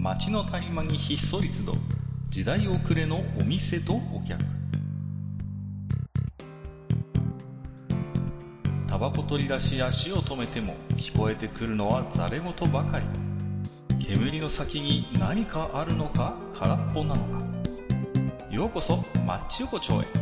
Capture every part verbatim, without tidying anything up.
街の谷間にひっそり集う時代遅れのお店とお客。タバコ取り出し足を止めても聞こえてくるのはざれ言ばかり。煙の先に何かあるのか空っぽなのか。ようこそマッチ横丁へ。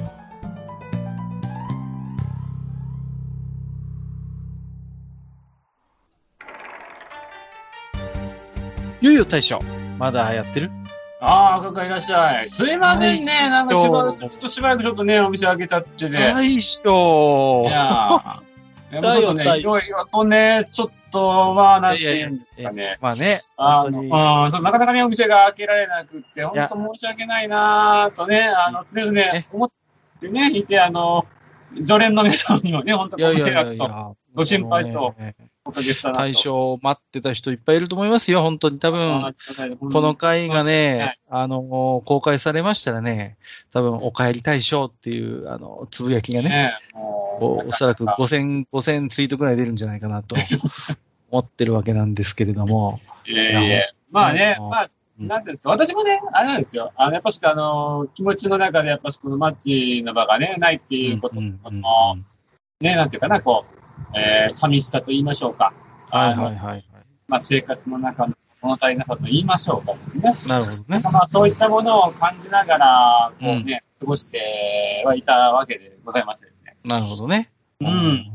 ゆうよ大将、まだやってる？ ああ、かかいらっしゃい。すいませんね。なんかしばらく、ちょっとしばらくちょっとね、お店開けちゃってで。 大将。 いやー、やっぱちょっとね、いろいろとね、ちょっと、まあ、なんて言うんですかね。 まあね。 あの、うん、ちょっとなかなかね、お店が開けられなくって、本当申し訳ないなーとね、あの、常々ね、思ってね、いて、あの、常連の皆さんにもね、本当ご迷惑と、ご心配と、おかげしたなと。 大将待ってた人いっぱいいると思いますよ、本当に。多分、この回がね、あの、公開されましたらね、多分、お帰り大将っていう、あの、つぶやきがね、おそらくごせん、ごせんツイートくらい出るんじゃないかなと思ってるわけなんですけれども。 いえいえ。まあね、まあ、なんていうんですか、私もね、あれなんですよ。あの、やっぱし、あの、気持ちの中で、やっぱし、このマッチの場がね、ないっていうことの、ね、なんていうかな、こう、えー、寂しさと言いましょうか。 はいはいはい。 まあ、生活の中の物足りなさと言いましょうかですね。なるほどね。 まあ、そういったものを感じながら、こうね、過ごしてはいたわけでございましてですね。 なるほどね。 うん。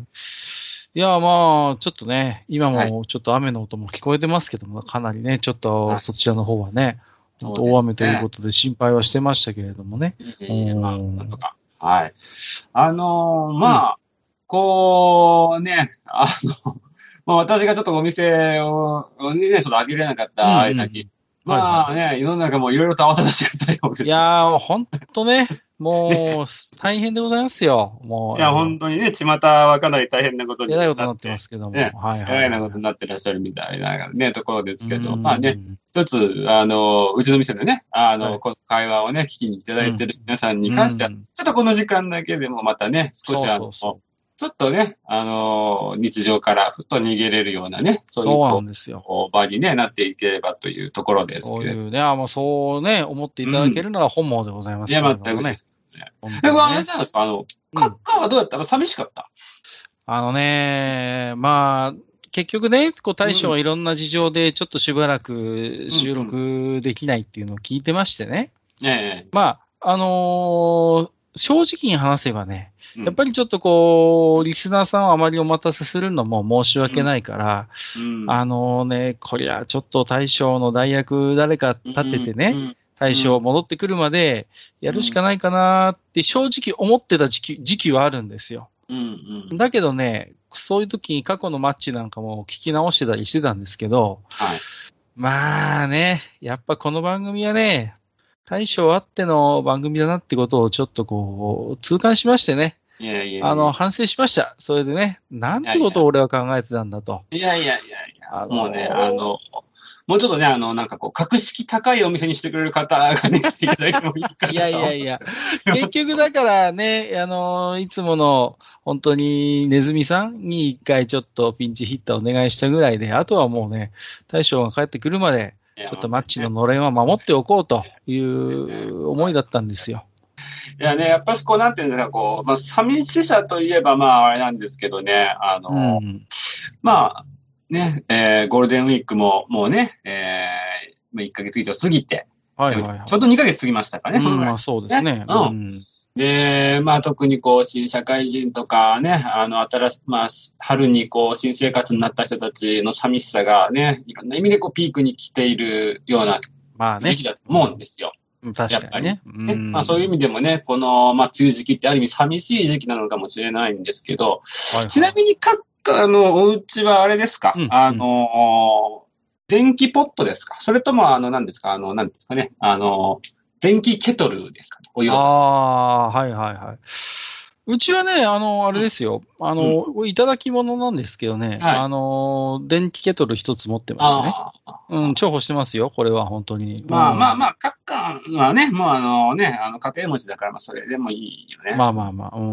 いや、まあ、ちょっとね、今もちょっと雨の音も聞こえてますけども、かなりね、ちょっとそちらの方はね、大雨ということで心配はしてましたけれどもね。 まあ、なんとか。はい。あのー、まあ、こうね、あの、まあ私がちょっとお店をね、ちょっと開けれなかった間に、まあね、世の中もいろいろと合わせた仕方を。 いやー、ほんとね、もう、大変でございますよ。もう。 いや、本当にね、巷はかなり大変なことになって。えらいことになってますけども。 ね、 はいはい。 えらいなことになってらっしゃるみたいなね、ところですけど、まあね、一つ、あの、うちの店でね、あの、この会話をね、聞きにいただいてる皆さんに関しては、ちょっとこの時間だけでもまたね、少しあの、ちょっとね、あのー、日常からふっと逃げれるようなね、 そういうそうなんですよ場に、ね、なっていければというところですけど。 そういうね、あもうそうね、思っていただけるなら本望でございますけどもね。 いや、全くですね。え、これあれじゃないですか、あの、カッカーはどうやったら寂しかった、 うん、あのね、まあ、結局ね、こう大将はいろんな事情でちょっとしばらく収録できないっていうのを聞いてましてね。 うんうん、ええ。 まあ、あのー、正直に話せばね、やっぱりちょっとこう、リスナーさんをあまりお待たせするのも申し訳ないから、うんうん、あのね、こりゃちょっと大将の代役誰か立ててね、うんうん、大将戻ってくるまでやるしかないかなって正直思ってた時期、時期はあるんですよ。 うんうん、 だけどね、そういう時に過去のマッチなんかも聞き直してたりしてたんですけど、 はい、 まあね、やっぱこの番組はね、大将あっての番組だなってことをちょっとこう、痛感しましてね。 いやいやいやあの、反省しました。それでね、なんてことを俺は考えてたんだと。 いやいやいやいや、あのー、もうね、あの、もうちょっとね、あの、なんかこう、格式高いお店にしてくれる方がね、来ていただいてもいいかなと。 いやいやいや、結局だからね、あの、いつもの、本当にネズミさんに一回ちょっとピンチヒッターお願いしたぐらいで、あとはもうね、大将が帰ってくるまで、ちょっとマッチののれんは守っておこうという思いだったんですよ。 いやね、やっぱしこう、なんていうんですか、こう、まあ、寂しさといえば、まあ、あれなんですけどね、あの、うん、まあ、ね、えー、ゴールデンウィークももうね、えー、いっかげつ以上過ぎて、 はいはいはい、 ちょうどにかげつ過ぎましたかね、そのぐらい、 うん。まあそうですね。 うん。うん、で、まあ特にこう、新社会人とかね、あの、新し、まあ、春にこう、新生活になった人たちの寂しさがね、いろんな意味でこう、ピークに来ているような時期だと思うんですよ。 まあね、確かにね。 ね、うん、まあそういう意味でもね、この、まあ梅雨時期ってある意味寂しい時期なのかもしれないんですけど、はいはい、ちなみに各家のお家はあれですか、うん、あの、電気ポットですか、それともあの、何ですか、あの、何ですかね、あの、電気ケトルですかね、お湯ああ、はいはいはい。うちはね、あの、あれですよ。うん、あの、うん、いただき物なんですけどね。はい、あの、電気ケトル一つ持ってましてね。うん、重宝してますよ、これは本当に。 まあまあまあ、各家はね、もうあのね、あの、家庭持ちだから、まあそれでもいいよね。 まあまあまあ、うん。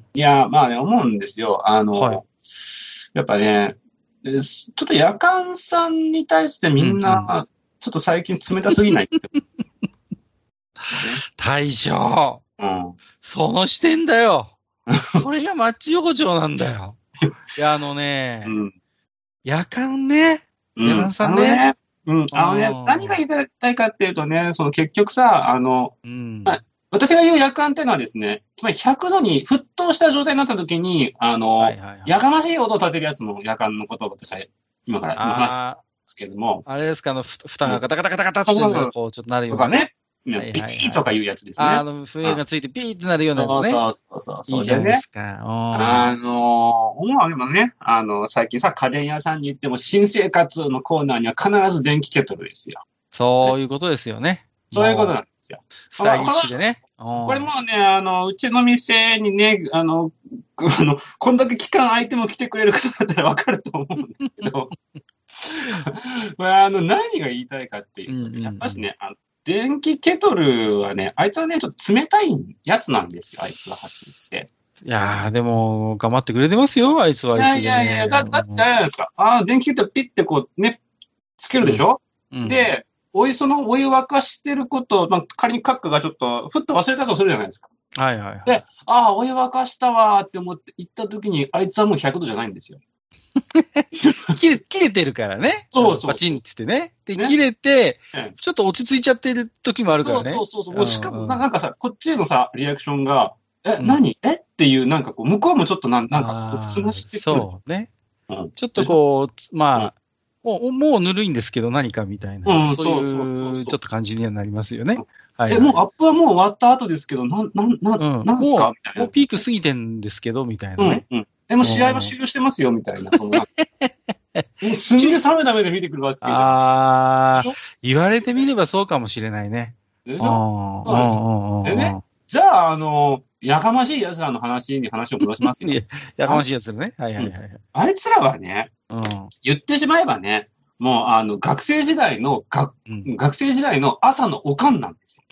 いや、まあね、思うんですよ。あの、はい、やっぱね、ちょっと夜間さんに対してみんな、 ちょっと最近冷たすぎないって。 大将、うん、その視点だよ。これがマッチ横丁なんだよ。いや、あのね、うん、夜間ね、夜間さんね。 うん、あのね、何が言いたいかっていうとね、その結局さ、あの、うん、まあ、私が言う夜間っていうのはですね、つまりひゃくどに沸騰した状態になった時に、あの、はいはいはい、やかましい音を立てるやつの夜間のことを私は今から今話してますけども。 あれですか、あの、ふ、蓋がガタガタガタガタってこう、ちょっとなるようなね。 ピーとかいうやつですね。 あの、笛がついてピーってなるようなやつね。 そうそうそうそう。 いいじゃないですか。 あの、思うわけもね、あの、最近さ、家電屋さんに行っても、新生活のコーナーには必ず電気ケトルですよ。 そういうことですよね。 そういうことなんですよ。 スタイリッシュでね。 これもうね、あの、うちの店にね、あの、あの、こんだけ期間空いても来てくれる方だったらわかると思うんだけど、まあ、あの、何が言いたいかっていうと、ね、やっぱしね、あの電気ケトルはね、あいつはね、ちょっと冷たいやつなんですよ、あいつははっきり言って。 いやー、でも、頑張ってくれてますよ、あいつはあいつで、ね。 いやいやいや、だ、だってあれじゃないですか。ああ、電気ケトルピッてこうね、つけるでしょ、うんうん、で、お湯、そのお湯沸かしてることを、まあ、仮にカックがちょっと、ふっと忘れたとするじゃないですか。 はいはいはい。 で、ああ、お湯沸かしたわーって思って行った時に、あいつはもうひゃくどじゃないんですよ。 切れ、切れてるからね。 そうそう。 パチンってってね。で、ね、切れて、ね、ちょっと落ち着いちゃってる時もあるからね。 そうそうそう。もうしかも、なんかさ、こっちのさ、リアクションが、え、うん、何えっていう、なんかこう、向こうもちょっとなんなんか、すましてくる。 そうね。うん、ちょっとこう、まあ、うん、もう、もうぬるいんですけど何かみたいな。うん、そういう、ちょっと感じにはなりますよね。うん、 はい、はい。え、もうアップはもう終わった後ですけど、なん、なん、なん、うん、なんすかみたいな。 もうピーク過ぎてんですけど、みたいなね。 うん、うん。え、もう試合は終了してますよ、みたいな。そのすんげえ冷めた目で見てくるわけじゃん。 ああ、言われてみればそうかもしれないね。 でしょそうです。でね、じゃあ、あの、やかましい奴らの話に話を戻しますよ。 やかましい奴らね。はいはいはい。 あいつらはね、うん、言ってしまえばね、もう、あの、学生時代の、がうん、学生時代の朝のおかんなんですよ。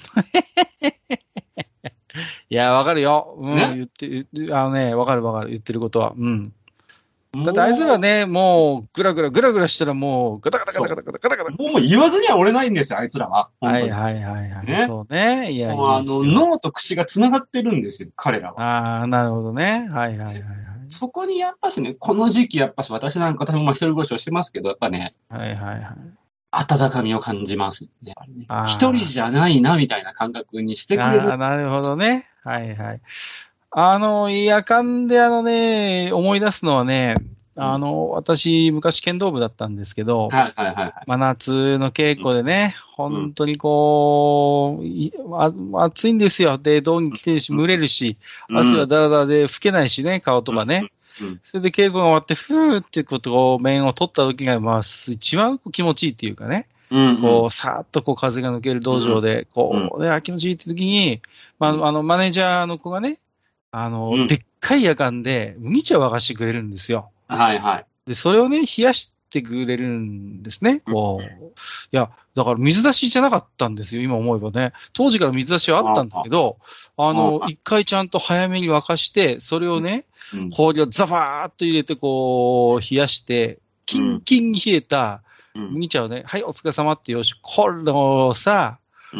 いや、わかるよ。うん、ね、言って、あのね、わかるわかる。言ってることは。うん。だってあいつらね、もう、ぐらぐらぐらぐらしたらもう、ガタガタガタガタガタガタガタ。 もう言わずには折れないんですよ、あいつらは。 はいはいはいはい。ね、そうね。いや、 もうあの、脳と口が繋がってるんですよ、彼らは。 ああ、なるほどね。はいはいはいはい。 そこにやっぱしね、この時期やっぱし、私なんか、私もまあ一人暮らしをしてますけど、やっぱね、 はいはいはい。 温かみを感じますね。一人じゃないな、みたいな感覚にしてくれる。 ああ、なるほどね。はいはい。あの、夜間であのね、思い出すのはね、あの、私、昔剣道部だったんですけど、 はいはいはい、はい。 真夏の稽古でね、うん、本当にこう、あ暑いんですよ。で、道着着てるし、蒸れるし、うん、汗はだらだらで拭けないしね、顔とかね。うんうん、それで稽古が終わって、ふーってことを面を取った時が、まあ、一番気持ちいいっていうかね。うんうん、こう、さーっとこう風が抜ける道場で、こう、ね、あ、気持ちいいって時に、まあ、あの、マネージャーの子がね、あの、うん、でっかい夜間で麦茶を沸かしてくれるんですよ。 はいはい。 で、それをね、冷やしてくれるんですね。こう。いや、だから水出しじゃなかったんですよ、今思えばね。当時から水出しはあったんだけど、あの、一回ちゃんと早めに沸かして、それをね、うん、氷をザバーっと入れて、こう、冷やして、キンキンに冷えた麦茶をね、うん、はい、お疲れ様ってよし、これをさ、うん、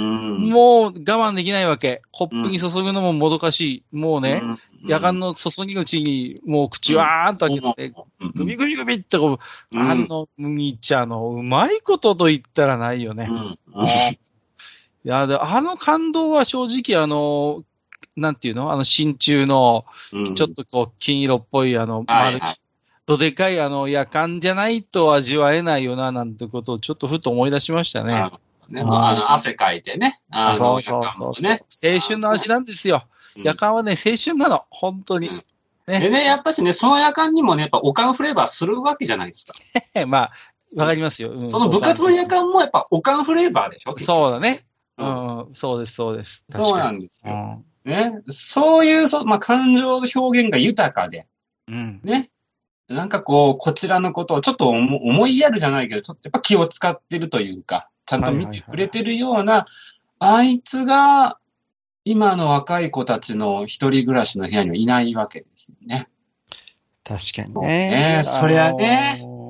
もう我慢できないわけ。コップに注ぐのももどかしい。もうね、うん、夜間の注ぎ口にもう口わーんと開けて、グビグビグビってこう、うん、あの麦茶のうまいことと言ったらないよね。うん、いやで、あの感動は正直あの、なんていうのあの真鍮の、ちょっとこう金色っぽいあの、丸い、どでかいあの夜間じゃないと味わえないよななんてことをちょっとふと思い出しましたね。 ね、まあ、あの、汗かいてね。あの、 そうそうそうそう、ね。青春の味なんですよ。うん、夜間はね、青春なの。本当に。うん、 ね、でね、やっぱしね、その夜間にもね、やっぱおかんフレーバーするわけじゃないですか。 まあ、わかりますよ、 うん。その部活の夜間もやっぱおかんフレーバーでしょ。 そうだね。うん、うん、そうです、そうです。 そうなんですよ。うん、ね。そういう、そまあ、感情の表現が豊かで。うん。ね。なんかこう、こちらのことをちょっと思いやるじゃないけど、ちょっとやっぱ気を使ってるというか、ちゃんと見てくれてるような、はいはいはい、あいつが、今の若い子たちの一人暮らしの部屋にはいないわけですよね。 確かにね。 ねそりゃね。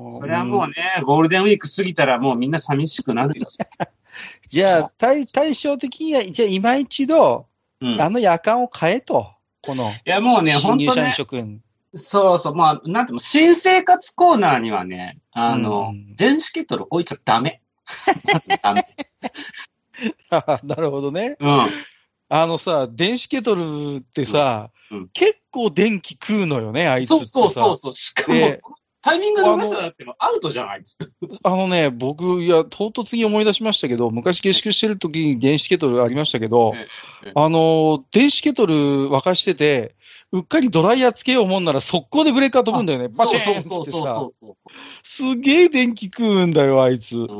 それはもうね、うん、ゴールデンウィーク過ぎたらもうみんな寂しくなるよ。 じゃあ、対、対照的には、じゃあ今一度、うん、あの夜間を変えと。この。 いや、もうね、 新入社員ね、 諸君。 そうそう、まあ、なんていうの、新生活コーナーにはね、あの、うん、電子ケトル置いちゃダメ。ダメ。 なるほどね。 うん。 あのさ、電子ケトルってさ、うんうん、結構電気食うのよね、あいつってさ。 そうそうそう。しかも、タイミング逃したらだってもアウトじゃん、あいつ。 あのね、僕、いや、唐突に思い出しましたけど、昔下宿してる時に電子ケトルありましたけど、ええ、あの、電子ケトル沸かしてて、うっかりドライヤーつけようもんなら速攻でブレーカー飛ぶんだよね。バチーンってさ。すげえ電気食うんだよ、あいつ。うん。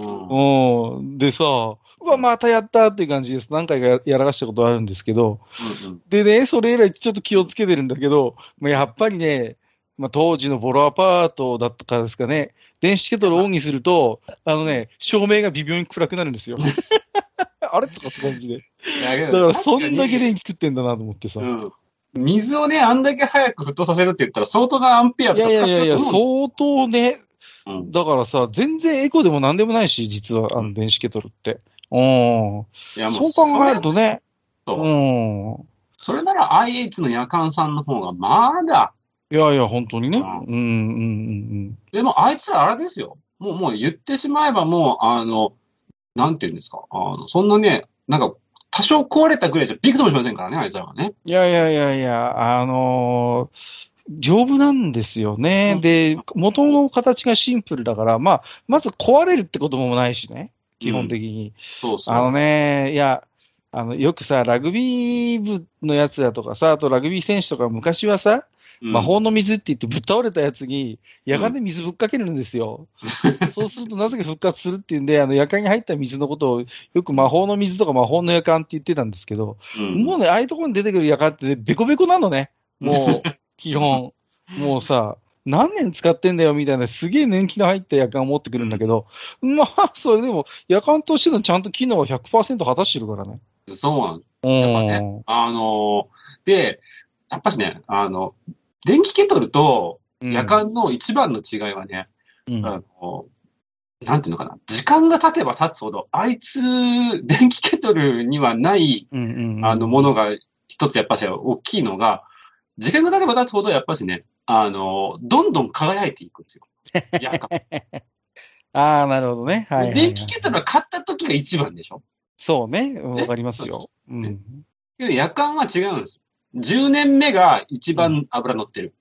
うん、でさ、うわ、またやったっていう感じです。何回かやらかしたことあるんですけど。うんうん、でね、それ以来ちょっと気をつけてるんだけど、まあ、やっぱりね、まあ、当時のボロアパートだったからですかね、電子ケトルをオンにすると、あのね、照明が微妙に暗くなるんですよ。あれとかって感じで。だからそんだけ電気食ってんだなと思ってさ。うん、 水をね、あんだけ早く沸騰させるって言ったら相当なアンペアとか使ってると思う。 いやいやいや、相当ね、うん、だからさ、全然エコでもなんでもないし、実は、あの、電子ケトルって。うん。そう考えるとね。 そう。うん。それなら アイエイチ の夜間さんの方がまだ。 いやいや、本当にね。うん、うん、うん、うん。 でも、あいつらあれですよ。もう、もう言ってしまえばもう、あの、なんて言うんですか。あの、そんなね、なんか、多少壊れたぐらいじゃびくともしませんからね、あいつらはね。 いやいやいやいや、あのー、丈夫なんですよね。うん、で、元の形がシンプルだから、まあ、まず壊れるってこともないしね。基本的に。うん、 そうそう。 あのね、いや、あの、よくさ、ラグビー部のやつだとかさ、あとラグビー選手とか昔はさ、魔法の水って言ってぶっ倒れたやつに、夜間で水ぶっかけるんですよ。うん、そうするとなぜか復活するっていうんで、あの夜間に入った水のことをよく魔法の水とか魔法の夜間って言ってたんですけど、うん、もうね、ああいうところに出てくる夜間って、ね、ベコベコなのね。もう、基本。もうさ、何年使ってんだよみたいなすげえ年季の入った夜間を持ってくるんだけど、まあ、それでも夜間としてのちゃんと機能は ひゃくパーセント 果たしてるからね。 そうなんです。やっぱね、あのー、で、やっぱしね、あの、電気ケトルと夜間の一番の違いはね、うん、あの、なんていうのかな、時間が経てば経つほど、あいつ、電気ケトルにはない、うんうんうん、あの、ものが一つやっぱし大きいのが、時間が経てば経つほど、やっぱしね、あの、どんどん輝いていくんですよ。夜間。 ああ、なるほどね。はいはいはい、 電気ケトルは買った時が一番でしょ？ そうね。わかりますよ。うん、 夜間は違うんです。じゅうねんめが一番油乗ってる。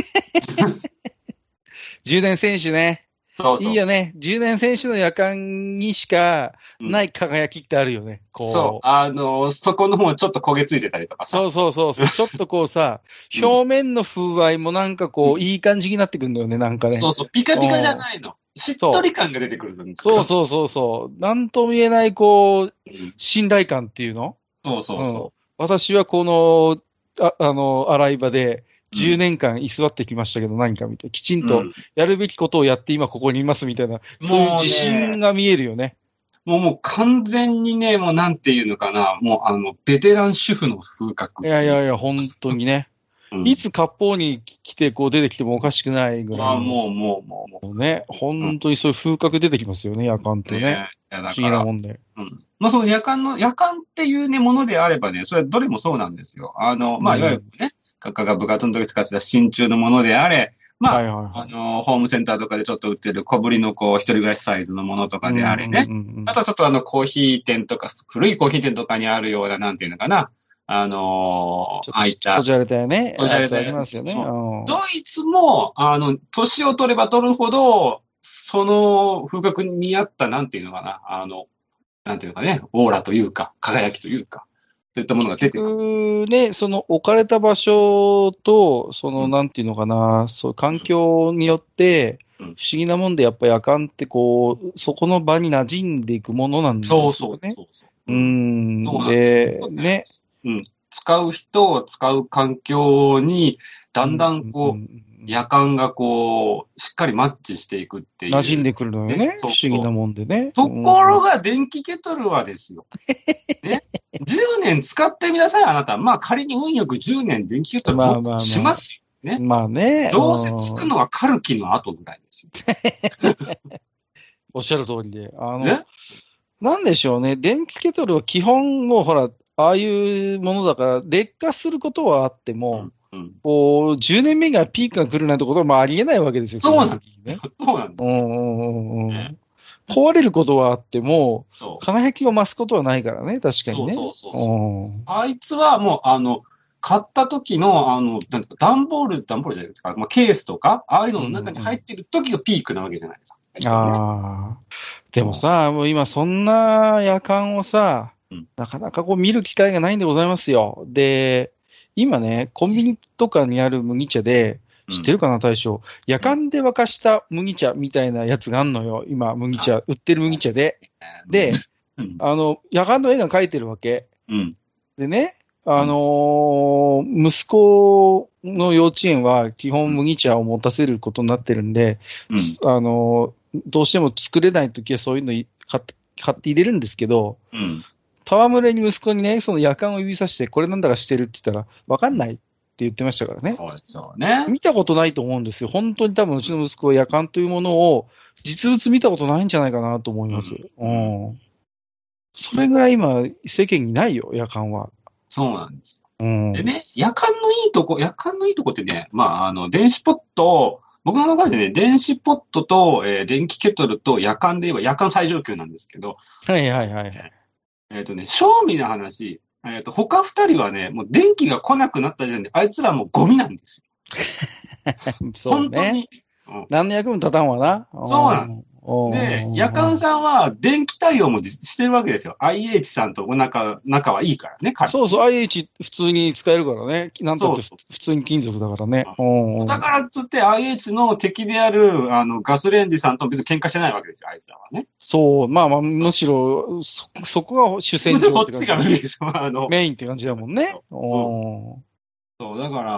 じゅうねん選手ね。 そうそう。 いいよね。じゅうねん選手の夜間にしかない輝きってあるよね。 うん、こう。そう。あの、そこの方ちょっと焦げついてたりとかさ。 そうそうそうそう。ちょっとこうさ、表面の風合いもなんかこう、うん、いい感じになってくるんだよね、なんかね。 そうそう。ピカピカじゃないの。しっとり感が出てくるんですそうそうそうそう。なんとも言えない、こう、信頼感っていうの？ そうそうそう。うん、 私はこの、あ, あの、洗い場でじゅうねんかん居座ってきましたけど、うん、何か見て、きちんとやるべきことをやって今ここにいますみたいな、うん、そういう自信が見えるよね。 もうもう完全にね、もうなんていうのかな、もうあの、ベテラン主婦の風格。 いやいやいや、本当にね。うん、いつ割烹に来て、こう出てきてもおかしくないぐらい。 ああ、もうもうもうもう。ね、本当にそういう風格出てきますよね、夜間とね。ね、不思議なもんで。 うん。まあその夜間の、夜間っていうね、ものであればね、それはどれもそうなんですよ。あの、まあいわゆるね、閣下が部活の時使ってた真鍮のものであれ、まあ、はいはいはい、あの、ホームセンターとかでちょっと売ってる小ぶりのこう、一人暮らしサイズのものとかであれね。うんうんうん、あとはちょっとあの、コーヒー店とか、古いコーヒー店とかにあるような、なんていうのかな。あのー、ああいった。 こじゃれたよね。 こじゃれたやつありますよね。 ドイツも、あの、年を取れば取るほど、その風格に見合った、なんていうのかな。あの、なんていうのかね、オーラというか、輝きというか。そういったものが出てくる。 ね、その置かれた場所と、その、なんていうのかな、うん、そう、環境によって、不思議なもんで、やっぱ夜間ってこう、そこの場に馴染んでいくものなんですよね。 そうそうそうそう。 うん。で、ね。 うん。使う人を使う環境に、だんだんこう、うんうんうん、夜間がこう、しっかりマッチしていくっていう。 馴染んでくるのよね。ね、不思議なもんでね。 ところが、電気ケトルはですよ。ね。じゅうねん使ってみなさい、あなた。まあ仮に運よくじゅうねん電気ケトルもしますよ。 ね。 まあね。 どうせつくのはカルキの後ぐらいですよ。 おっしゃる通りで。あの、ね、なんでしょうね。電気ケトルは基本もうほら、ああいうものだから、劣化することはあっても、うんうん、こう、じゅうねんめがピークが来るなんてことはまあありえないわけですよ。 そうなんです、ね。そうなんですよ。 うんうんうん、ね、壊れることはあっても、輝きを増すことはないからね、確かにね。 そうそうそうそう、うん。あいつはもう、あの、買った時の、あの、なんか段ボール、段ボールじゃないですか、まあ、ケースとか、ああいうのの中に入ってる時がピークなわけじゃないですか。 うんうん、ああ。でもさ、もう今そんな夜間をさ、うん、なかなかこう見る機会がないんでございますよ。で、今ね、コンビニとかにある麦茶で、知ってるかな、大将。夜間で沸かした麦茶みたいなやつがあんのよ。今、麦茶、売ってる麦茶で。で、あの、夜間の絵が描いてるわけ。うん、でね、あのー、息子の幼稚園は基本麦茶を持たせることになってるんで、うん、あのー、どうしても作れないときはそういうの買って、買って入れるんですけど、うん、戯れに息子にね、その夜間を指さして、これなんだかしてるって言ったら、わかんないって言ってましたからね。 そうね。 見たことないと思うんですよ。本当に多分うちの息子は夜間というものを、実物見たことないんじゃないかなと思います。うん。うん、それぐらい今、世間にないよ、夜間は。 そうなんです。うん、でね、夜間のいいとこ、夜間のいいとこってね、まあ、あの、電子ポット、僕の中でね、電子ポットと、えー、電気ケトルと夜間で言えば夜間最上級なんですけど。 はいはいはい、はい。 えっ、ー、とね、正味な話、えっ、ー、と、他二人はね、もう電気が来なくなった時点で、あいつらもうゴミなんですよ。そうね。本当に。うん、何の役も立たんわな。 そうなの。で、夜間さんは電気対応もしてるわけですよ。アイエイチ さんとお仲、仲はいいからね、彼。 そうそう、アイエイチ 普通に使えるからね。なんとって普通に金属だからね。 うん、だからっつって アイエイチ の敵である、あの、ガスレンジさんと別に喧嘩してないわけですよ、あいつらはね。 そう、まあまあ、むしろ、そ、そこが主戦場って感じ。 そっちがメインですよ、あの。 メインって感じだもんね。 うんそう、だから、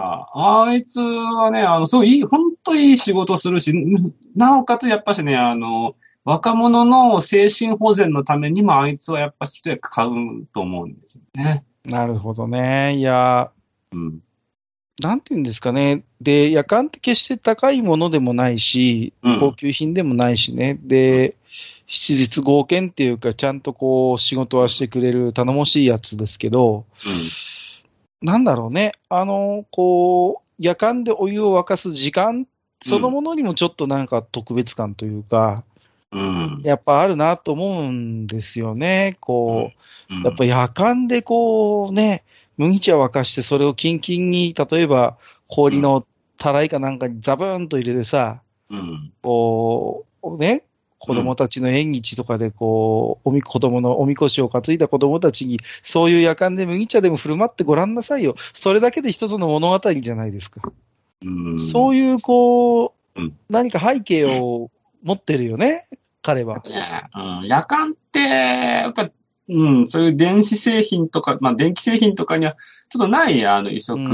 あいつはね、あの、すごいいい、本当にいい仕事するし、なおかつやっぱしね、あの、若者の精神保全のためにもあいつはやっぱ一役買うと思うんですよね。 なるほどね。いや、うん、なんて言うんですかね。で、夜間って決して高いものでもないし、うん、高級品でもないしね。で、質実剛健っていうか、ちゃんとこう、仕事はしてくれる頼もしいやつですけど、うん、なんだろうね。あの、こう、夜間でお湯を沸かす時間そのものにもちょっとなんか特別感というか、うん、やっぱあるなと思うんですよね。こう、うん、やっぱ夜間でこうね、麦茶沸かしてそれをキンキンに、例えば氷のたらいかなんかにザブーンと入れてさ、うん、こう、ね、子供たちの縁日とかでこう、おみ、子供のおみこしを担いだ子供たちに、そういう夜間で麦茶でも振る舞ってごらんなさいよ。それだけで一つの物語じゃないですか。うん、そういうこう、うん、何か背景を持ってるよね、彼は。 うん、夜間って、やっぱ、うん、そういう電子製品とか、まあ電気製品とかには、ちょっとない、あの、移植、うん、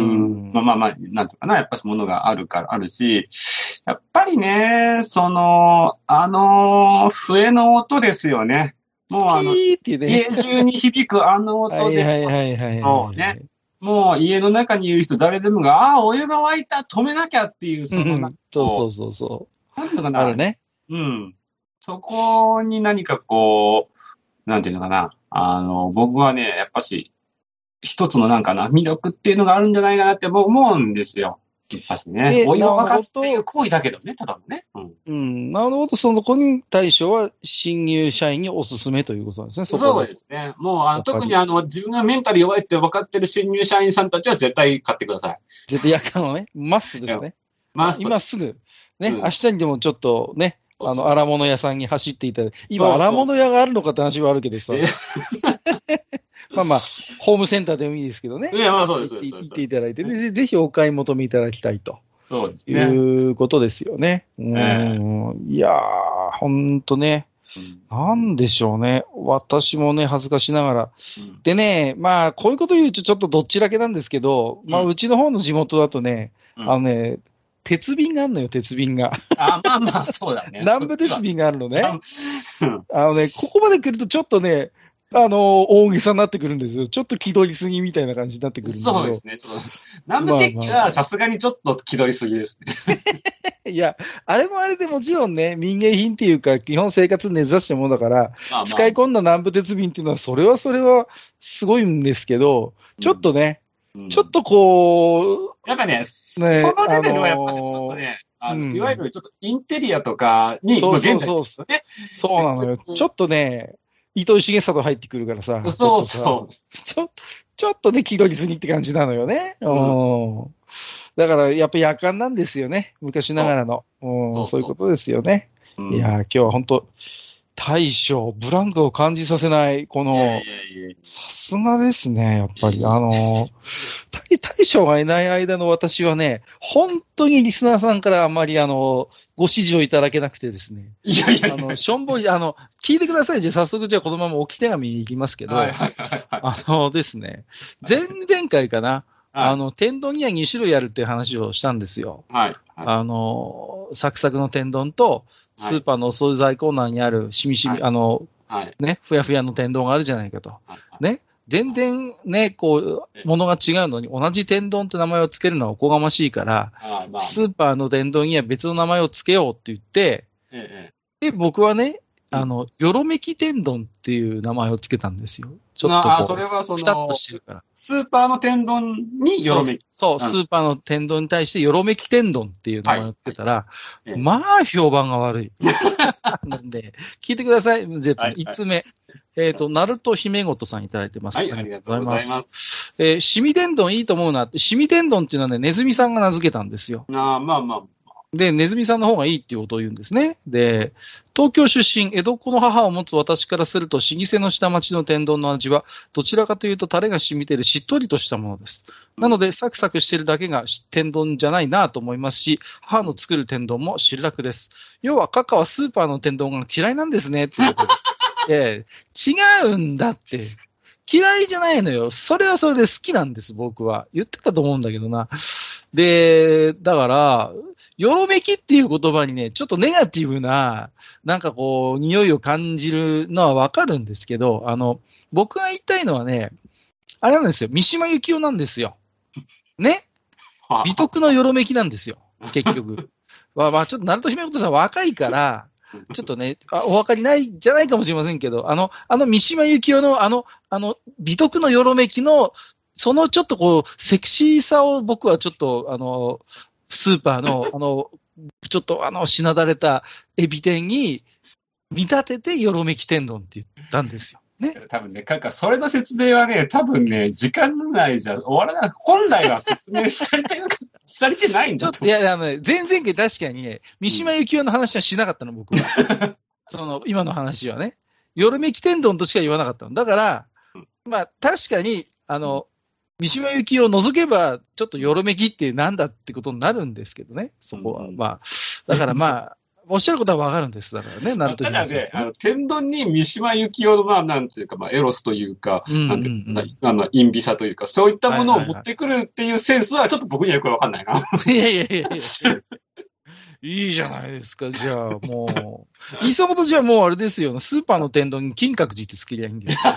まあまあまあ、なんていうかな、やっぱりものがあるから、あるし、やっぱりね、その、あの、笛の音ですよね。もうあの、ね、家中に響くあの音で、 はいはいはいはい、 そうね。もう家の中にいる人誰でもが、ああ、お湯が沸いた、止めなきゃっていう、その、うん、 そうそうそうそう。 なんていうのかな。 あるね。 うん。そこに何かこう、なんていうのかな。あの、僕はね、やっぱし、一つのなんかな、魅力っていうのがあるんじゃないかなって思うんですよ。やっぱしね。お湯を沸かすっていう行為だけどね、ただのね。 うん。うん。なるほど、その子に対象は新入社員におすすめということなんですね、 そこそうですね。もう、あの特にあの、自分がメンタル弱いって分かってる新入社員さんたちは絶対買ってください。 絶対夜間をね、マストですね。マスト。今すぐ、ね、うん、明日にでもちょっとね、あの、荒物屋さんに走っていただいて、今、荒物屋があるのかって話はあるけどさ。まあまあ、ホームセンターでもいいですけどね。 いや、まあそうです。 行っていただいて、ぜぜひお買い求めいただきたいと。 そうですね。 いうことですよね。うん、えー、いやー、ほんとね、うん。なんでしょうね。私もね、恥ずかしながら。うん、でね、まあ、こういうこと言うとちょっとどっちらけなんですけど、まあ、うちの方の地元だとね、うん、あのね、鉄瓶があるのよ、鉄瓶が。 あ、まあまあ、そうだね。 南部鉄瓶があるのね。あのね、ここまで来るとちょっとね、 あの、大げさになってくるんですよ。ちょっと気取りすぎみたいな感じになってくるんですよ。 そうですね。ちょっと南部鉄器はさすがにちょっと気取りすぎですね。 いや、あれもあれでもちろんね、民芸品っていうか、基本生活に根ざしたものだから、まあまあ、使い込んだ南部鉄瓶っていうのは、それはそれはすごいんですけど、ちょっとね、うん、ちょっとこう、やっぱね、ねそのレベルはやっぱりちょっとね、あの、うん、いわゆるちょっとインテリアとかに、 そうそうそうそう、ね、そうなのよ。ちょっとね、糸井重里入ってくるからさ。 そうそう。 ちょっと、ちょっとね、気取りすぎって感じなのよね。うん。だから、やっぱ夜間なんですよね。昔ながらの。うん、そういうことですよね。うん、いや、今日は本当大将、ブランクを感じさせない、この、さすがですね、やっぱり。あの、大, 大将がいない間の私はね、本当にリスナーさんからあまり、あの、ご指示をいただけなくてですね。 いやいやいやあの、しょんぼり、あの、聞いてください。じゃあ早速、じゃあこのまま置き手紙に行きますけど、はいはいはいはい、あのですね、前々回かな、はい、あの、天丼にはに種類あるっていう話をしたんですよ。はい。はい、あの、サクサクの天丼と、スーパーのお惣菜コーナーにあるしみしみ、はい、あの、はい、ね、ふやふやの天丼があるじゃないかと。はいはい、ね。全然ね、こう、ものが違うのに、同じ天丼って名前をつけるのはおこがましいから、あまあ、スーパーの天丼には別の名前をつけようって言って、ええ、で、僕はね、あの、よろめき天丼っていう名前をつけたんですよ。ちょっとこう、それはその、ピタッとしてるから。 スーパーの天丼によろめき。 そう、そう、スーパーの天丼に対してよろめき天丼っていう名前をつけたら、はいはい、まあ、評判が悪い。なんで、聞いてください。ぜひ、いつつめ。えっ、ー、と、ナルト姫ごとさんいただいてます。 はい、ありがとうございます。 えー、しみ天丼いいと思うなって、しみ天丼っていうのはね、ネズミさんが名付けたんですよ。 ああ、まあまあ。 で、ネズミさんの方がいいっていうことを言うんですね。で、東京出身、江戸っ子の母を持つ私からすると、老舗の下町の天丼の味は、どちらかというとタレが染みてるしっとりとしたものです。なので、サクサクしてるだけが天丼じゃないなと思いますし、母の作る天丼も白楽です。要は、カカはスーパーの天丼が嫌いなんですね、っていうことで。違うんだって。嫌いじゃないのよ。それはそれで好きなんです、僕は。言ってたと思うんだけどな。で、だから、よろめきっていう言葉にね、ちょっとネガティブな、なんかこう、匂いを感じるのはわかるんですけど、あの、僕が言いたいのはね、あれなんですよ、三島由紀夫なんですよ。ね美徳のよろめきなんですよ、結局。まあ、まあ、ちょっと、ナルト姫ことさん若いから、ちょっとね、あお分かりないじゃないかもしれませんけど、あの、あの三島由紀夫の、あの、あの、美徳のよろめきの、そのちょっとこう、セクシーさを僕はちょっと、あの、スーパーの、あの、ちょっとあの、しなだれたエビ天に見立ててよろめき天丼って言ったんですよ。ね。 多分ね、かか、それの説明はね、多分ね、時間内じゃ終わらない。本来は説明されてる、されてないんだと。 ちょっと、いやいや、前々回確かにね、三島由紀夫の話はしなかったの、僕は。その、今の話はね。よろめき天丼としか言わなかったの。だから、まあ、確かに、あの、三島由紀夫を除けば、ちょっとよろめきってなんだってことになるんですけどね、そこは。うん、まあ、だからまあ、おっしゃることはわかるんです。だからね、ナルト姫さん。 ただね、あの、天丼に三島由紀夫の、まあ、なんていうか、まあ、エロスというか、うんうんうん、なんていうか、あの、陰微さというか、そういったものを持ってくるっていうセンスは、ちょっと僕にはよくわかんないな。 いやいやいやいや。いいじゃないですか、じゃあ、もう。いっそのことじゃあもうあれですよ、スーパーの天丼に金閣寺ってつけりゃいいんですよ。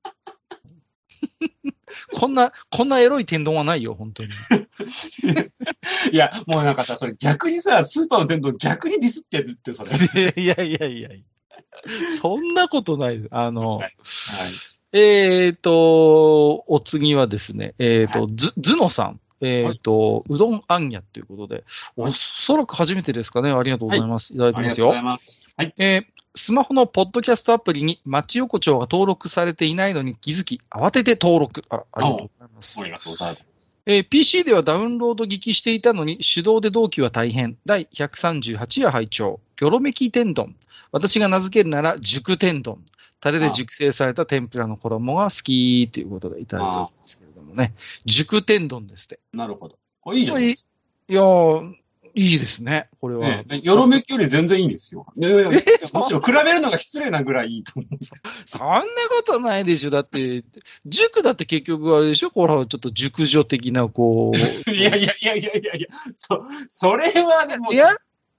こんな、こんなエロい天丼はないよ、本当に。 いや、もうなんかさ、それ逆にさ、スーパーの天丼逆にディスってるって、それ。 いやいやいやいや。そんなことない。あの、はいはい、えっ、ー、と、お次はですね、えっ、ー、と、はい、ず、ずのさん。えっ、ー、と、はい、うどんあんにゃということで、はい、おそらく初めてですかね。ありがとうございます。はい、いただいてますよ。ありがとうございます。はい。えースマホのポッドキャストアプリに町横丁が登録されていないのに気づき、慌てて登録。あ、ありがとうございます。 ありがとうございます。 えー、ピーシー ではダウンロード聞きしていたのに手動で同期は大変。だいひゃくさんじゅうはち夜拝聴。ギョロメキ天丼。私が名付けるなら熟天丼。タレで熟成された天ぷらの衣が好きということでいただいてるんですけれどもね。熟天丼ですって。 なるほど。あ、いいじゃないですか。 いやー、いいですね、これは。ね、 よろめきより全然いいですよ。えー、むしろ比べるのが失礼なぐらいいいと思う。 そんなことないでしょ。だって、塾だって結局あれでしょ、これはちょっと熟女的な、こう。 いやいやいやいやいやいや、そ、それはでも。 違う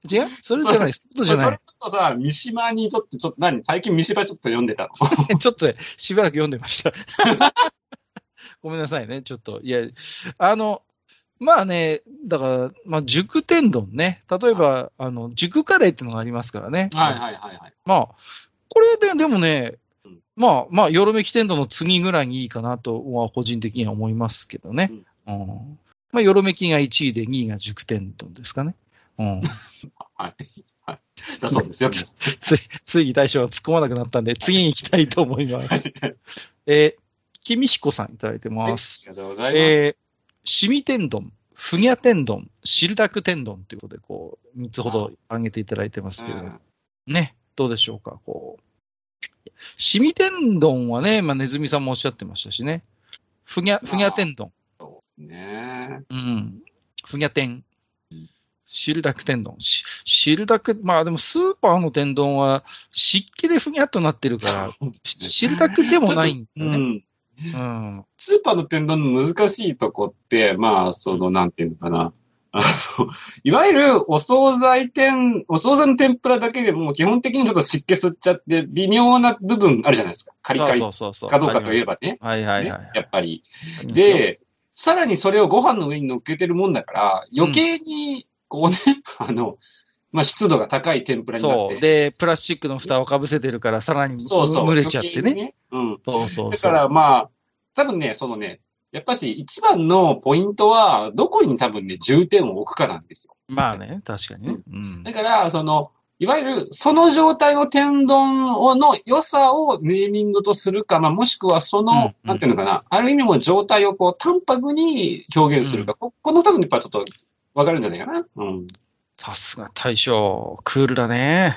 違うそれじゃないです。そうじゃない。 それちょっとさ、三島にちょっと、ちょっと何最近三島ちょっと読んでたのちょっとね、しばらく読んでました。ごめんなさいね、ちょっと。いや、あの、まあね、だから、まあ、熟天丼ね。例えば、はい、あの、熟カレーっていうのがありますからね。 はいはいはいはい。 まあ、これで、でもね、うん、まあ、まあ、よろめき天丼の次ぐらいにいいかなと、は個人的には思いますけどね。うん。うん、まあ、よろめきがいちいでにいが熟天丼ですかね。うん。 はい。はい。だそうですよ。 つい、ついに大将は突っ込まなくなったんで、次に行きたいと思います。えー、君彦さんいただいてます。 はい、ありがとうございます。 えー、しみ天丼、ふにゃ天丼、汁だく天丼ということで、こう、みっつほど挙げていただいてますけど、ね、どうでしょうか、こう。しみ天丼はね、まあ、ねずみさんもおっしゃってましたしね。ふにゃ、ふにゃ天丼。 そうですね。 うん。ふにゃ天。汁だく天丼。し、汁だく、まあでもスーパーの天丼は湿気でふにゃっとなってるから、汁だくでもないんだよね。うんうん、スーパーの天丼の難しいとこって、まあ、その、なんていうのかな。あの、いわゆるお惣菜天、お惣菜の天ぷらだけでも基本的にちょっと湿気吸っちゃって微妙な部分あるじゃないですか。カリカリかどうかといえばね。 はいはいはい、はいね。やっぱり。で、さらにそれをご飯の上に乗っけてるもんだから、余計に、こうね、うん、あの、まあ、湿度が高い天ぷらになって。 そう。で、プラスチックの蓋をかぶせてるから、さらにそうそう蒸れちゃってね。ねうん。 そうそうそう。 だからまあ、多分ね、そのね、やっぱし一番のポイントは、どこに多分ね、重点を置くかなんですよ。 まあね、確かにね。 うん。だから、その、いわゆる、その状態の天丼の良さをネーミングとするか、まあ、もしくはその、うんうん、なんていうのかな、ある意味も状態をこう、淡白に表現するか、うん、こ, この二つにやっぱちょっと分かるんじゃないかな。うん。 さすが大将、クールだね。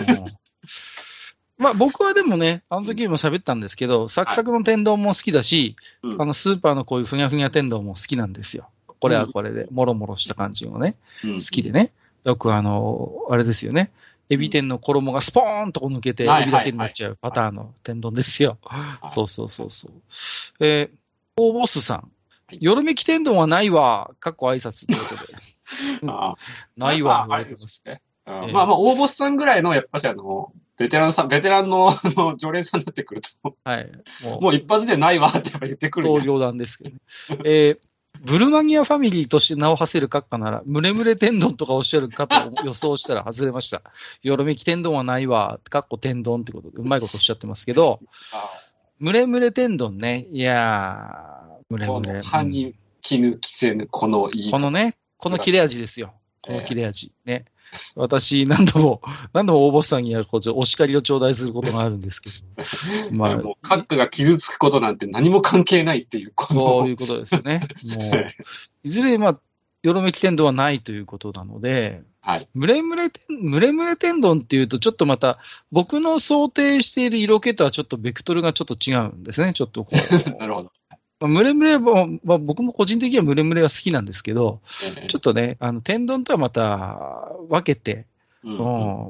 まあ僕はでもね、あの時も喋ったんですけど、サクサクの天丼も好きだし、はい、あのスーパーのこういうふにゃふにゃ天丼も好きなんですよ。これはこれで、もろもろした感じもね、うん、好きでね。よくあの、あれですよね。エビ天の衣がスポーンと抜けて、エビだけになっちゃうパターンの天丼ですよ。そうそうそうそう。えー、大ボスさん。よろめき天丼はないわ。かっこ挨拶ということで。ああないわ、言われてますね。 まあまあ、大ボスさんぐらいの、やっぱしあの、ベテランさん、ベテランの、あの、常連さんになってくると。 はい。 もう、もう一発でないわってやっぱ言ってくる。 同僚なんですけど、ね。えー、ブルマニアファミリーとして名を馳せる閣下なら、ムレムレ天丼とかおっしゃるかと予想したら外れました。よろめき天丼はないわ、かっこ天丼ってことで、うまいことおっしゃってますけど、ムレムレ天丼ね、いやー、ムレムレ。 歯に絹着せぬ、このいい。 このね、この切れ味ですよ。この切れ味。ね。私、何度も、何度も大ボスさんにはこうお叱りを頂戴することがあるんですけど。 まあ、もう、閣下が傷つくことなんて何も関係ないっていうこと。 そういうことですよね。もう、いずれ、まあ、よろめき天丼はないということなので、 はい。 ムレムレ天、ムレムレ天丼っていうと、ちょっとまた、僕の想定している色気とはちょっとベクトルがちょっと違うんですね。ちょっとこう。 なるほど。 ムレムレは、まあ、僕も個人的にはムレムレは好きなんですけど、えー、ちょっとね、あの、天丼とはまた分けて、うん、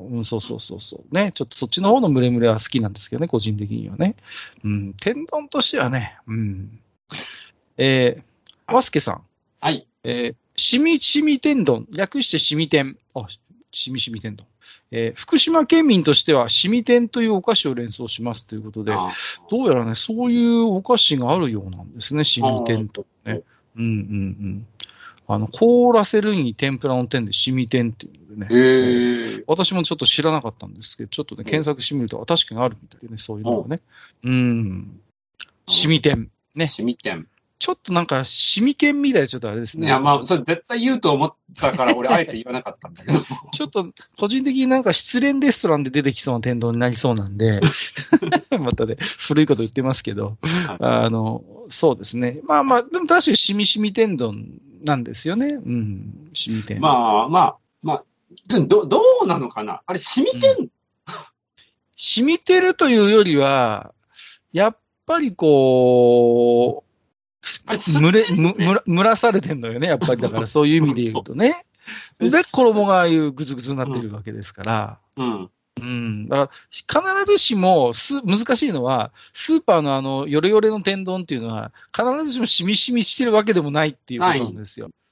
うん、そうそうそうそう。ね、ちょっとそっちの方のムレムレは好きなんですけどね、個人的にはね。うん、天丼としてはね、うん。えー、ワスケさん。 はい。 えー、しみしみ天丼、略してしみ天。あ、しみしみ天丼。えー、福島県民としては、しみ天というお菓子を連想しますということで、どうやらね、そういうお菓子があるようなんですね、しみ天とね。うんうんうん。あの、凍らせるに天ぷらの天でしみ天っていうのでね。 へー。 私もちょっと知らなかったんですけど、ちょっとね、検索してみると、確かにあるみたいでね、そういうのがね。うん。しみ天。ね。 しみ天。 ちょっとなんか、シミケンみたいでちょっとあれですね。 いや、まあ、それ絶対言うと思ったから、俺、あえて言わなかったんだけど。 ちょっと、個人的になんか失恋レストランで出てきそうな天丼になりそうなんで、またね、古いこと言ってますけど、はい、あの、そうですね。まあまあ、でも確かにしみしみ天丼なんですよね。うん、しみ天。 まあまあ、まあ、ど、どうなのかなあれ、しみ天、うん、 しみてるというよりは、やっぱりこう、蒸れ、む、む、蒸らされてんのよね、やっぱり。だからそういう意味で言うとね。で、衣がああいうぐずぐずになってるわけですから。 うん。 うん。だから必ずしもす、難しいのは、スーパーのあの、ヨレヨレの天丼っていうのは、必ずしもしみしみしてるわけでもないっていうことなんですよ。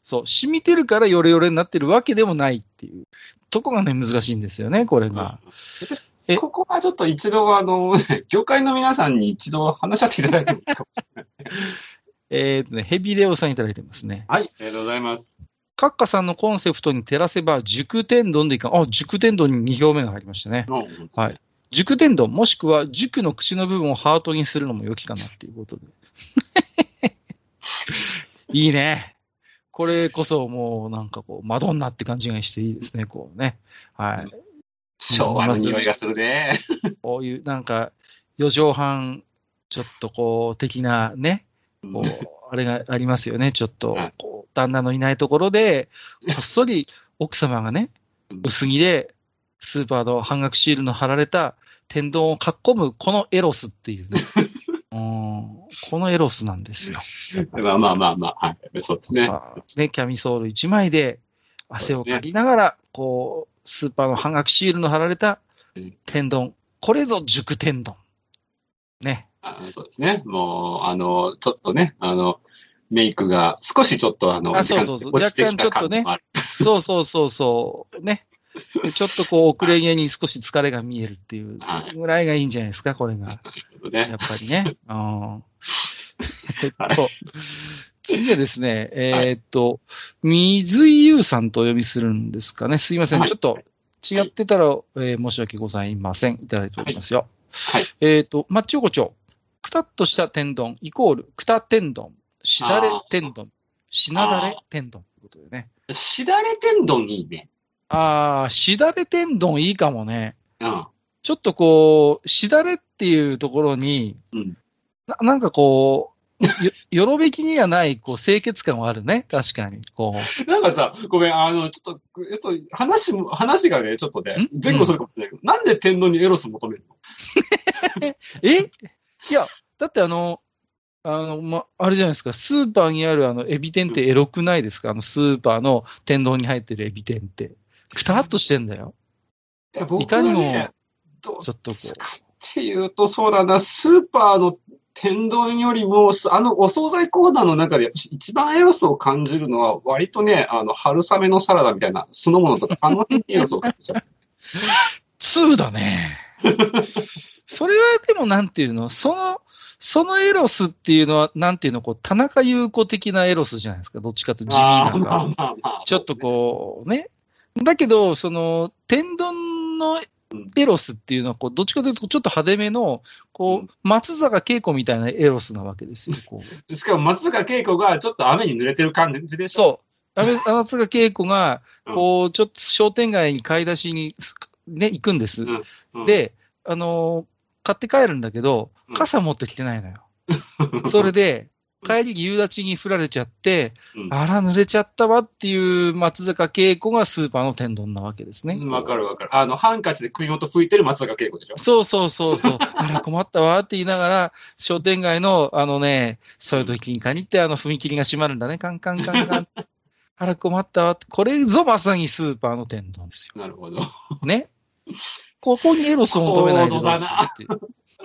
そう、染みてるからヨレヨレになってるわけでもないっていうとこがね、難しいんですよね、これが。 うん、ここはちょっと一度、あの、業界の皆さんに一度話し合っていただいてもいいかもしれない。 えっとね、ヘビレオさんいただいてますね。 はい、ありがとうございます。 カッカさんのコンセプトに照らせば、熟天丼でいいか。あ、熟天丼にに票目が入りましたね。うん、はい。熟天丼、もしくは熟の口の部分をハートにするのも良きかなっていうことで。いいね。これこそもうなんかこう、マドンナって感じがしていいですね、こうね。はい。 昭和の匂いがするね。 こういうなんか、四畳半、ちょっとこう、的なね、こう、あれがありますよね、ちょっと、こう、旦那のいないところで、こっそり奥様がね、薄着で、スーパーの半額シールの貼られた天丼を囲む、このエロスっていうね。うん、このエロスなんですよ。 まあまあまあまあ、はい、そうですね。 ね、キャミソールいちまいで、汗をかきながら、こう、スーパーの半額シールの貼られた天丼。これぞ熟天丼。ね。 あ、そうですね。もう、あの、ちょっとね、あの、メイクが少しちょっとあの、 あ、そうそうそう。若干ちょっとね。そうそうそうそう。ね。ちょっとこう、遅れ毛に少し疲れが見えるっていうぐらいがいいんじゃないですか、これが。ね、やっぱりね。うん、えっと、次はですね、えー、っと、水井優さんとお呼びするんですかね。すいません。はい、ちょっと違ってたら、はい、えー、申し訳ございません。いただいておりますよ。はい。えー、っと、マッチ横丁。くたっとした天丼イコール、くた天丼。しだれ天丼。しなだれ天丼ということでね。 しだれ天丼いいね。 ああ、しだれ天丼いいかもね。うん。ちょっとこう、しだれっていうところに、うん、な, なんかこう、よ、よろべきにはない、こう、清潔感はあるね。確かに。こう。 なんかさ、ごめん、あの、ちょっと、ちょっと、話も、話がね、ちょっとね、前後するかもしれないけど、うん、なんで天丼にエロス求めるのえいや、だってあの、あの、ま、あれじゃないですか、スーパーにあるあの、エビ天ってエロくないですか、うん、あの、スーパーの天丼に入ってるエビ天って。くたっとしてんだよ。 いや、僕はね、いかにも、 ちょっとこう。 っていうと、そうだな、スーパーの天丼よりも、あの、お惣菜コーナーの中で一番エロスを感じるのは、割とね、あの、春雨のサラダみたいな酢の物とか、あの辺にエロスを感じちゃう。 通だね。それはでもなんていうの、その、そのエロスっていうのは、なんていうの、こう、田中優子的なエロスじゃないですか。どっちかというと地味な。まあまあまあ、ちょっとこう、ね。だけど、その、天丼のエロスっていうのは、こう、どっちかというと、ちょっと派手めの、こう、松坂慶子みたいなエロスなわけですよ。こうしかも松坂慶子がちょっと雨に濡れてる感じでしょ。 そう。松坂慶子が、こう、ちょっと商店街に買い出しに、ね、行くんです。うんうん、で、あの、買って帰るんだけど、傘持ってきてないのよ。うん、それで、帰り夕立に降られちゃって、うん、あら、濡れちゃったわっていう松坂慶子がスーパーの天丼なわけですね。 わかるわかる。あの、ハンカチで首元拭いてる松坂慶子でしょ。 そうそうそうそう。あら、困ったわって言いながら、商店街の、あのね、そういう時に限って、あの、踏切が閉まるんだね。カンカンカンカン。あら、困ったわって。これぞまさにスーパーの天丼ですよ。 なるほど。 ね。ここにエロスを求めないでどうするっていう。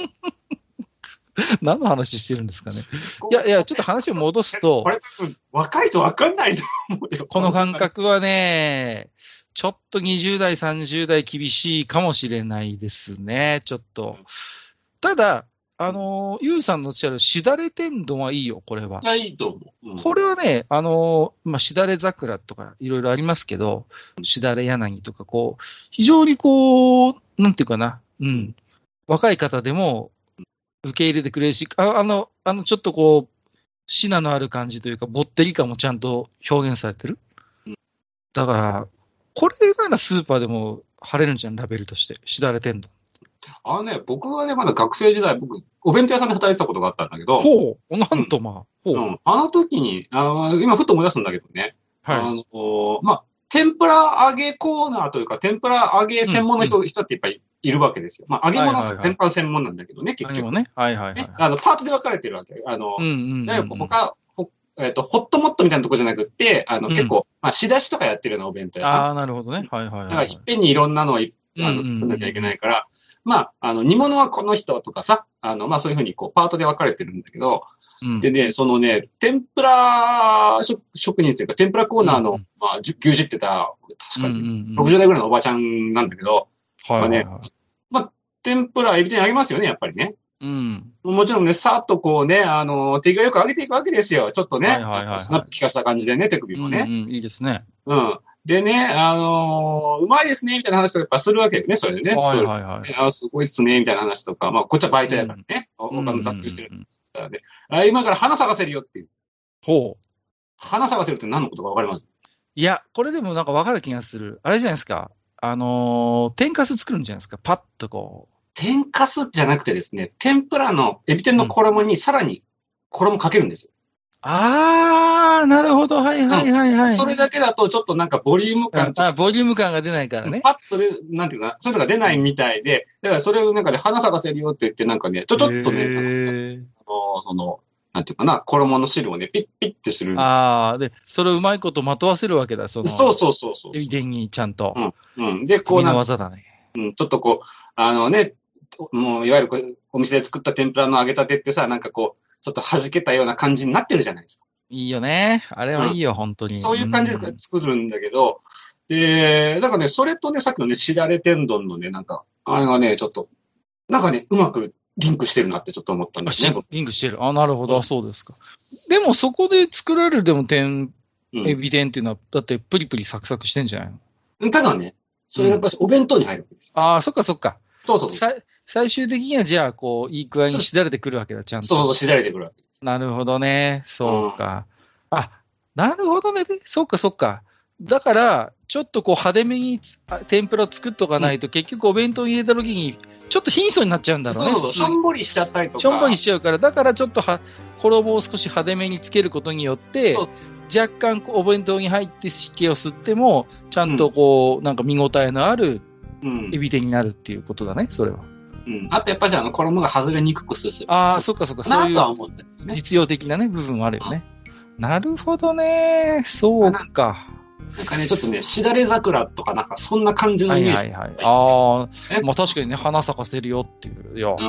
何の話してるんですかね。いやいや、ちょっと話を戻すと。 これ、若い人分かんないと思うよ。 この感覚はね、ちょっとにじゅう代、さんじゅう代厳しいかもしれないですね。ちょっと。ただ、あの、ゆうさんのおっしゃるしだれ天丼はいいよ、これは。 いいと思う。うん、 これはね、あの、まあ、しだれ桜とかいろいろありますけど、しだれ柳とか、こう、非常にこう、なんていうかな、うん。若い方でも受け入れてくれるし、あ, あの、あの、ちょっとこう、シナのある感じというか、ぼってり感もちゃんと表現されてる。だから、これならスーパーでも貼れるんじゃん、ラベルとして。しだれ天丼。 あのね、僕はね、まだ学生時代、僕、お弁当屋さんで働いてたことがあったんだけど。 ほう、なんとまあ。 うん、ほう、うん。あの時に、あの、今ふっと思い出すんだけどね。はい。あの、まあ、天ぷら揚げコーナーというか、天ぷら揚げ専門の人、うんうん、人っていっぱいいるわけですよ。まあ、揚げ物全般専門なんだけどね、結局。揚げ物ね。はいはいはい、ね。あの、パートで分かれてるわけ。あの、うんうんうんうん、他、ほえっと、ホットモットみたいなところじゃなくって、あの、うん、結構、まあ、仕出しとかやってるようなお弁当屋さん。 ああ、なるほどね。はいはいはい、はい。 だから、いっぺんにいろんなのを、あの、作んなきゃいけないから、 まあ、あの、煮物はこの人とかさ、あの、まあそういうふうにこう、パートで分かれてるんだけど、うん、でね、そのね、天ぷら職人というか、天ぷらコーナーの、うんうん、まあ、牛耳ってた、確かにろくじゅう代ぐらいのおばちゃんなんだけど、うんうんうん、まあね、はいはいはい、まあ、天ぷらエビ天あげますよね、やっぱりね。うん。もちろんね、さっとこうね、あの、手際よく上げていくわけですよ。ちょっとね、はいはいはいはい、スナップ効かせた感じでね、手首もね。 うんうん、いいですね。 うん。でね、あのー、うまいですね、みたいな話とかやっぱするわけよね、それでね。 はいはいはい。 あ、すごいっすね、みたいな話とか、まあ、こっちはバイトやからね。うん、他の雑誌してるからね、うんうんうん。今から花咲かせるよっていう。 ほう。 花咲かせるって何のことかわかります？ いや、これでもなんかわかる気がする。あれじゃないですか。あのー、天かす作るんじゃないですか。パッとこう。 天かすじゃなくてですね、天ぷらの、エビ天の衣にさらに衣かけるんですよ。 うん、あー、なるほど。はいはいはいはい、うん。 それだけだとちょっとなんかボリューム感とか。 あ、ボリューム感が出ないからね。 パッとで、なんていうかな、そういうのが出ないみたいで、だからそれをなんかで花咲かせるよって言ってなんかね、ちょちょっとね、なんかあのその、なんていうかな、衣の汁をね、ピッピッってする。 ああ、で、それをうまいことまとわせるわけだ、その。 そうそうそうそう。 エビ天にちゃんと。 うん。うん。で、こうな。の技だね。 うん、ちょっとこう、あのね、もう、いわゆるこうお店で作った天ぷらの揚げたてってさ、なんかこう、ちょっと弾けたような感じになってるじゃないですか。 いいよね。あれはいいよ、うん、本当に。 そういう感じで作るんだけど、うん、で、なんかね、それとね、さっきのね、しだれ天丼のね、なんか、あれがね、ちょっと、なんかね、うまくリンクしてるなってちょっと思ったんですね。 リンクしてる。あ、なるほど、うん、そうですか。でも、そこで作られるでも天、エビ天っていうのは、だってプリプリサクサクしてんじゃないの？ただね、それがやっぱりお弁当に入るわけですよ。 うん、ああ、そっかそっか。 そうそうそう。 最終的にはじゃあ、こう、いい具合にしだれてくるわけだ、ちゃんと。 そうそう、しだれてくるわけです。 なるほどね。そうか。うん、あ、なるほどね。そっかそっか。だから、ちょっとこう派手めに天ぷらを作っとかないと、うん、結局お弁当に入れた時に、ちょっと貧相になっちゃうんだろうね。 そうそう、しょんぼりしちゃったりとか。 しょんぼりしちゃうから、だからちょっとは衣を少し派手めにつけることによって、そうそう若干お弁当に入って湿気を吸っても、ちゃんとこう、うん、なんか見応えのあるエビ天になるっていうことだね、それは。 うん。あとやっぱりあの衣が外れにくくする。 ああ、そっかそっか。そういう実用的なね、部分もあるよね。なるほどね。そうか。 なんかね、ちょっとね、しだれ桜とかなんかそんな感じのイメージ。 はいはいはい。ああ、まあ確かにね、花咲かせるよっていう。いや、うん、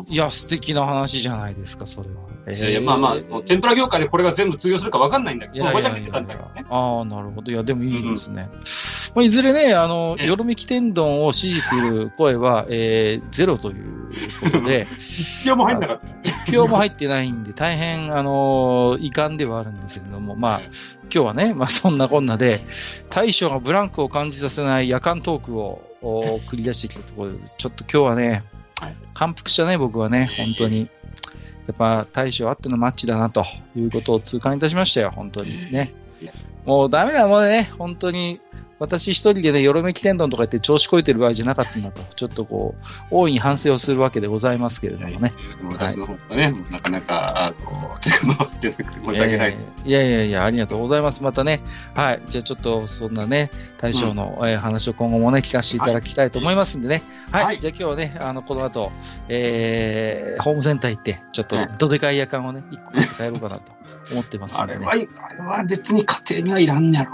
いや素敵な話じゃないですか、それは。 えー、いやいや、まあまあ、天ぷら業界でこれが全部通用するか分かんないんだけど、ごちゃけてたんだけどね。 ああ、なるほど。いや、でもいいですね。うん、まあ、いずれね、あの、よろめき天丼を支持する声は、えー、ゼロということで。 一票も入んなかった。 一票も入ってないんで、大変、あの、遺憾ではあるんですけれども、まあ、今日はね、まあそんなこんなで、大将がブランクを感じさせない夜間トークを繰り出してきたところで、ちょっと今日はね、感服したね、僕はね、本当に。やっぱ大将あってのマッチだなということを痛感いたしましたよ、本当にね。もうダメだもんね、本当に。私一人でね、よろめき天丼とか言って調子こいてる場合じゃなかったんだと、ちょっとこう、大いに反省をするわけでございますけれどもね。 私の方がね、はい、なかなか、こう、手が回ってなくて申し訳ない、 えー。いやいやいや、ありがとうございます。またね、はい。じゃあちょっと、そんなね、大将の、うんえー、話を今後もね、聞かせていただきたいと思いますんでね。はい。はい、じゃあ今日はね、あの、この後、えー、ホームセンター行って、ちょっと、どでかい夜間をね、一個買って帰ろうかなと思ってますんで、ね。 あれは、あれは別に家庭にはいらんやろ。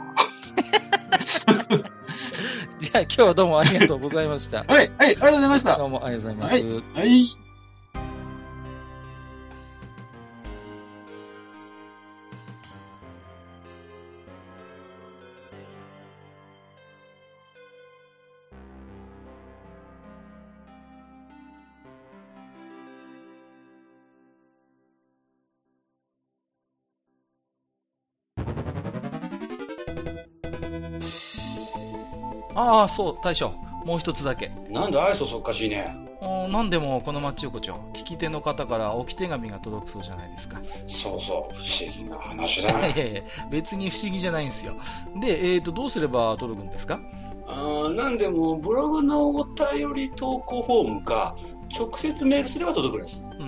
じゃあ今日はどうもありがとうございました。 はい、はい、ありがとうございました。 どうもありがとうございます。はい。はい、ああ、そう、大将。もう一つだけ。 なんで愛想そっかしいね。 なんでもこの町横丁、聞き手の方から置き手紙が届くそうじゃないですか。 そうそう、不思議な話だね。 いやいや、別に不思議じゃないんですよ。で、えーと、どうすれば届くんですか？ あなんでも、ブログのお便り投稿フォームか、直接メールすれば届くんです。 うん。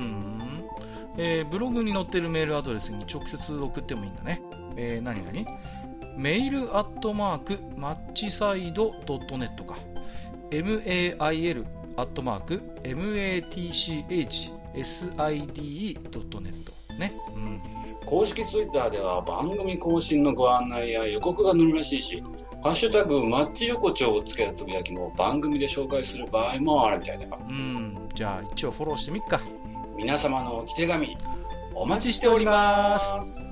えー、ブログに載ってるメールアドレスに直接送ってもいいんだね。えー、何々メールアットマークマッチサイドドットネットか mail アットマーク matchside ドットネットね、うん、 公式ツイッターでは番組更新のご案内や予告が載るらしいし、ハハッシュタグマッチ横丁をつけたつぶやきも番組で紹介する場合もあるみたいだよ。 うん、じゃあ一応フォローしてみっか。 皆様のお手紙お待ちしております。